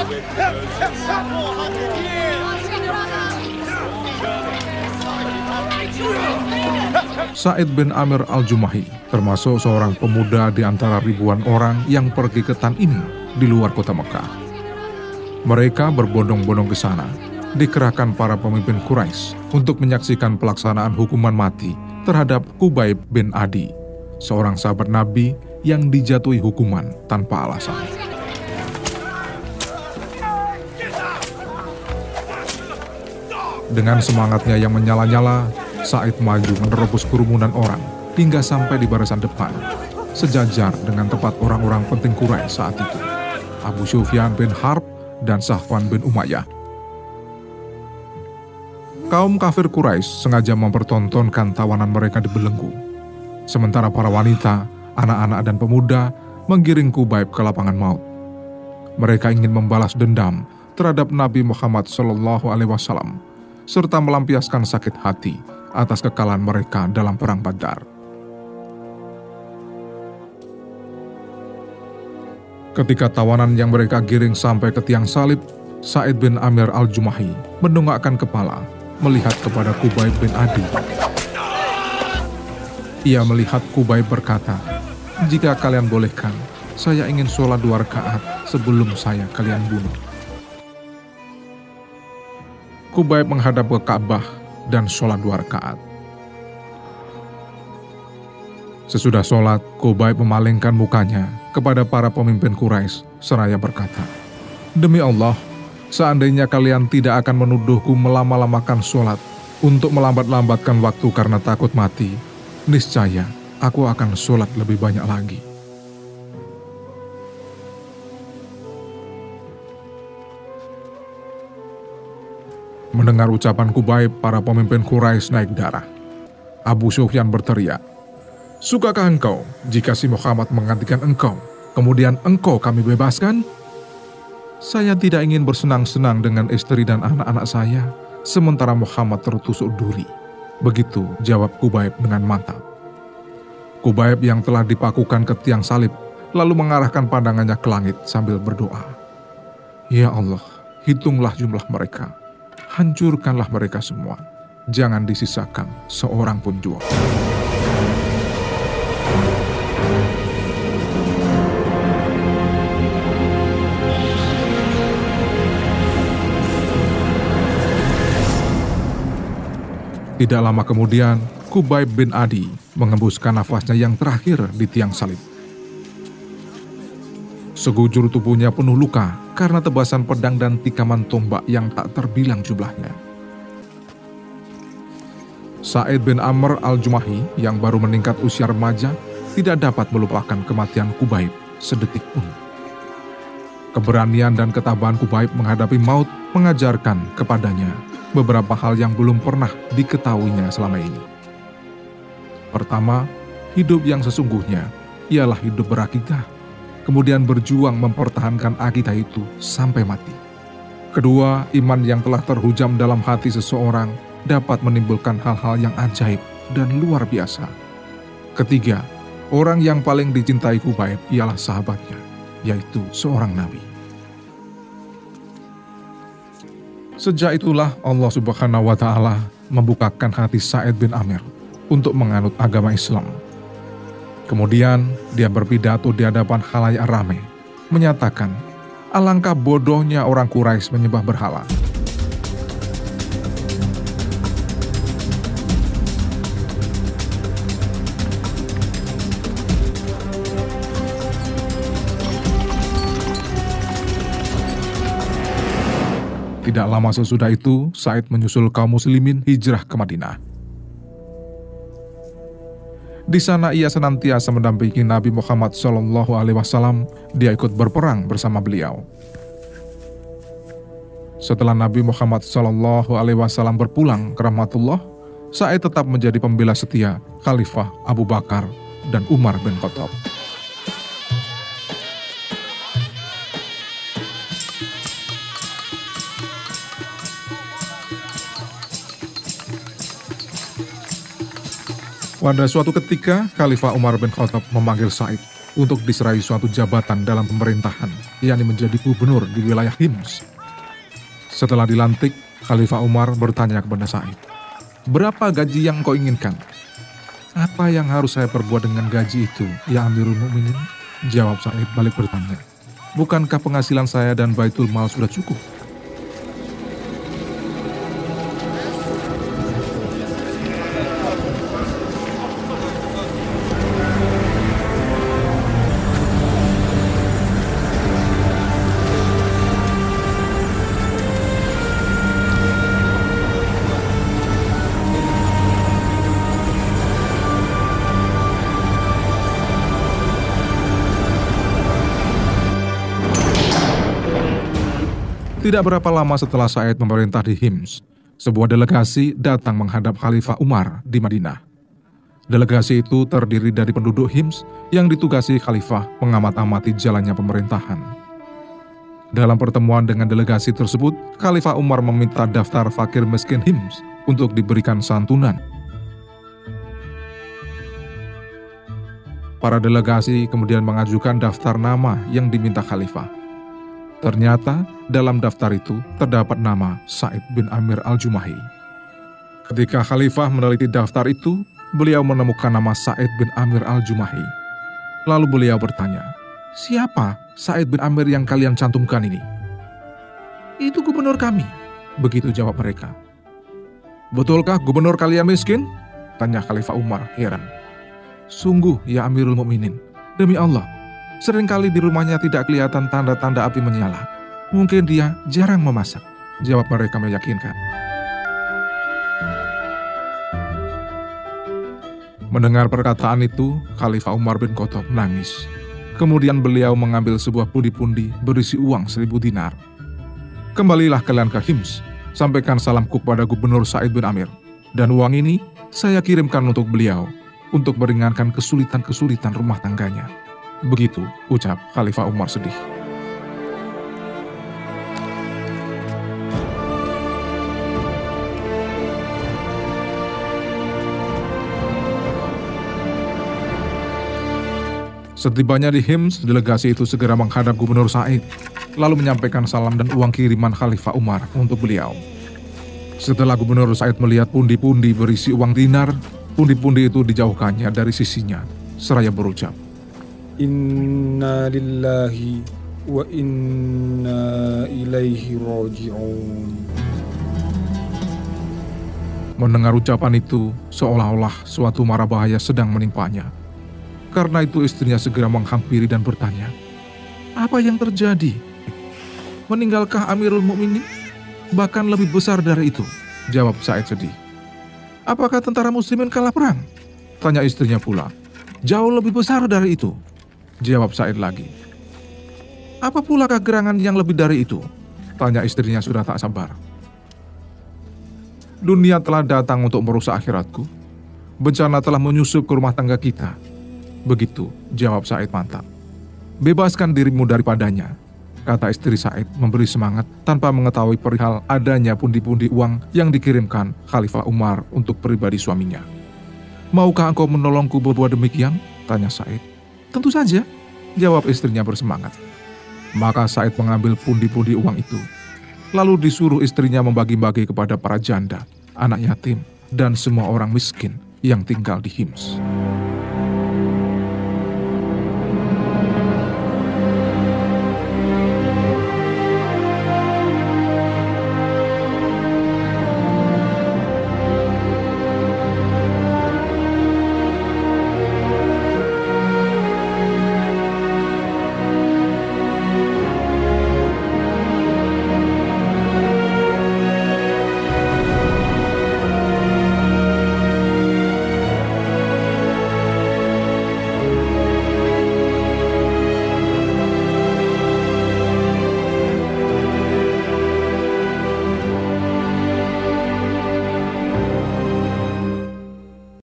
Sa'id bin Amir al-Jumahi termasuk seorang pemuda di antara ribuan orang yang pergi ke Tan'im di luar kota Mekah. Mereka berbondong-bondong ke sana, dikerahkan para pemimpin Quraisy untuk menyaksikan pelaksanaan hukuman mati terhadap Qubayb bin Adi, seorang sahabat Nabi yang dijatuhi hukuman tanpa alasan. Dengan semangatnya yang menyala-nyala, Sa'id maju menerobos kerumunan orang hingga sampai di barisan depan, sejajar dengan tempat orang-orang penting Quraisy saat itu, Abu Sufyan bin Harb dan Safwan bin Umayyah. Kaum kafir Quraisy sengaja mempertontonkan tawanan mereka dibelenggu, sementara para wanita, anak-anak dan pemuda menggiring Qubayb ke lapangan maut. Mereka ingin membalas dendam terhadap Nabi Muhammad SAW serta melampiaskan sakit hati atas kekalahan mereka dalam perang Badar. Ketika tawanan yang mereka giring sampai ke tiang salib, Sa'id bin Amir al-Jumahi mendongakkan kepala melihat kepada Qubayb bin Adi. Ia melihat Qubayb berkata, "Jika kalian bolehkan, saya ingin sholat 2 rakaat sebelum saya kalian bunuh." Qubayb menghadap ke Ka'bah dan sholat 2 rakaat. Sesudah sholat, Qubayb memalingkan mukanya kepada para pemimpin Quraisy seraya berkata, "Demi Allah, seandainya kalian tidak akan menuduhku melama-lamakan sholat untuk melambat-lambatkan waktu karena takut mati, niscaya aku akan sholat lebih banyak lagi." Mendengar ucapan Qubayb, para pemimpin Quraisy naik darah. Abu Sufyan berteriak, "Sukakah engkau jika si Muhammad menggantikan engkau, kemudian engkau kami bebaskan?" "Saya tidak ingin bersenang-senang dengan istri dan anak-anak saya, sementara Muhammad tertusuk duri." Begitu jawab Qubayb dengan mantap. Qubayb yang telah dipakukan ke tiang salib, lalu mengarahkan pandangannya ke langit sambil berdoa, "Ya Allah, hitunglah jumlah mereka. Hancurkanlah mereka semua, jangan disisakan seorang pun jua." Tidak lama kemudian, Qubayb bin Adi mengembuskan nafasnya yang terakhir di tiang salib. Sekujur tubuhnya penuh luka karena tebasan pedang dan tikaman tombak yang tak terbilang jumlahnya. Sa'id bin Amr al-Jumahi yang baru meningkat usia remaja tidak dapat melupakan kematian Qubayb sedetik pun. Keberanian dan ketabahan Qubayb menghadapi maut mengajarkan kepadanya beberapa hal yang belum pernah diketahuinya selama ini. Pertama, hidup yang sesungguhnya ialah hidup berakidah, kemudian berjuang mempertahankan akidah itu sampai mati. Kedua, iman yang telah terhujam dalam hati seseorang dapat menimbulkan hal-hal yang ajaib dan luar biasa. Ketiga, orang yang paling dicintai Qubayb ialah sahabatnya, yaitu seorang nabi. Sejak itulah Allah Subhanahu wa Ta'ala membukakan hati Sa'id bin Amir untuk menganut agama Islam. Kemudian dia berpidato di hadapan khalayak ramai, menyatakan, alangkah bodohnya orang Quraisy menyembah berhala. Tidak lama sesudah itu, Sa'id menyusul kaum muslimin hijrah ke Madinah. Di sana ia senantiasa mendampingi Nabi Muhammad SAW. Dia ikut berperang bersama beliau. Setelah Nabi Muhammad SAW berpulang ke rahmatullah, Sa'id tetap menjadi pembela setia Khalifah Abu Bakar dan Umar bin Khattab. Pada suatu ketika, Khalifah Umar bin Khattab memanggil Sa'id untuk diserai suatu jabatan dalam pemerintahan, yakni menjadi gubernur di wilayah Hims. Setelah dilantik, Khalifah Umar bertanya kepada Sa'id, "Berapa gaji yang kau inginkan?" "Apa yang harus saya perbuat dengan gaji itu, ya Amirul Mukminin?" Jawab Sa'id balik bertanya, "Bukankah penghasilan saya dan Baitul Mal sudah cukup?" Tidak berapa lama setelah Sa'id memerintah di Hims, sebuah delegasi datang menghadap Khalifah Umar di Madinah. Delegasi itu terdiri dari penduduk Hims yang ditugasi Khalifah mengamat-amati jalannya pemerintahan. Dalam pertemuan dengan delegasi tersebut, Khalifah Umar meminta daftar fakir miskin Hims untuk diberikan santunan. Para delegasi kemudian mengajukan daftar nama yang diminta Khalifah. Ternyata dalam daftar itu terdapat nama Sa'id bin Amir al-Jumahi. Ketika Khalifah meneliti daftar itu, beliau menemukan nama Sa'id bin Amir al-Jumahi. Lalu beliau bertanya, "Siapa Sa'id bin Amir yang kalian cantumkan ini?" "Itu gubernur kami," begitu jawab mereka. "Betulkah gubernur kalian miskin?" tanya Khalifah Umar heran. "Sungguh ya Amirul Mukminin, demi Allah, seringkali di rumahnya tidak kelihatan tanda-tanda api menyala. Mungkin dia jarang memasak," jawab mereka meyakinkan. Mendengar perkataan itu, Khalifah Umar bin Khattab menangis. Kemudian beliau mengambil sebuah pundi-pundi berisi uang 1000 dinar. "Kembalilah kalian ke Hims, sampaikan salamku kepada Gubernur Sa'id bin Amir, dan uang ini saya kirimkan untuk beliau, untuk meringankan kesulitan-kesulitan rumah tangganya." Begitu ucap Khalifah Umar sedih. Setibanya di Hims, delegasi itu segera menghadap Gubernur Sa'id, lalu menyampaikan salam dan uang kiriman Khalifah Umar untuk beliau. Setelah Gubernur Sa'id melihat pundi-pundi berisi uang dinar, pundi-pundi itu dijauhkannya dari sisinya, seraya berucap, "Inna lillahi wa inna ilaihi raji'un." Mendengar ucapan itu, seolah-olah suatu mara bahaya sedang menimpanya. Karena itu istrinya segera menghampiri dan bertanya, "Apa yang terjadi? Meninggalkah Amirul Mukminin? Bahkan lebih besar dari itu," jawab Sa'id sedih. "Apakah tentara muslimin kalah perang?" tanya istrinya pula. "Jauh lebih besar dari itu," jawab Sa'id lagi. "Apa pula gerangan yang lebih dari itu?" tanya istrinya sudah tak sabar. "Dunia telah datang untuk merusak akhiratku. Bencana telah menyusup ke rumah tangga kita." Begitu jawab Sa'id mantap. "Bebaskan dirimu daripadanya," kata istri Sa'id memberi semangat tanpa mengetahui perihal adanya pundi-pundi uang yang dikirimkan Khalifah Umar untuk pribadi suaminya. "Maukah engkau menolongku berbuat demikian?" tanya Sa'id. "Tentu saja," jawab istrinya bersemangat. Maka Sa'id mengambil pundi-pundi uang itu, lalu disuruh istrinya membagi-bagi kepada para janda, anak yatim, dan semua orang miskin yang tinggal di Hims.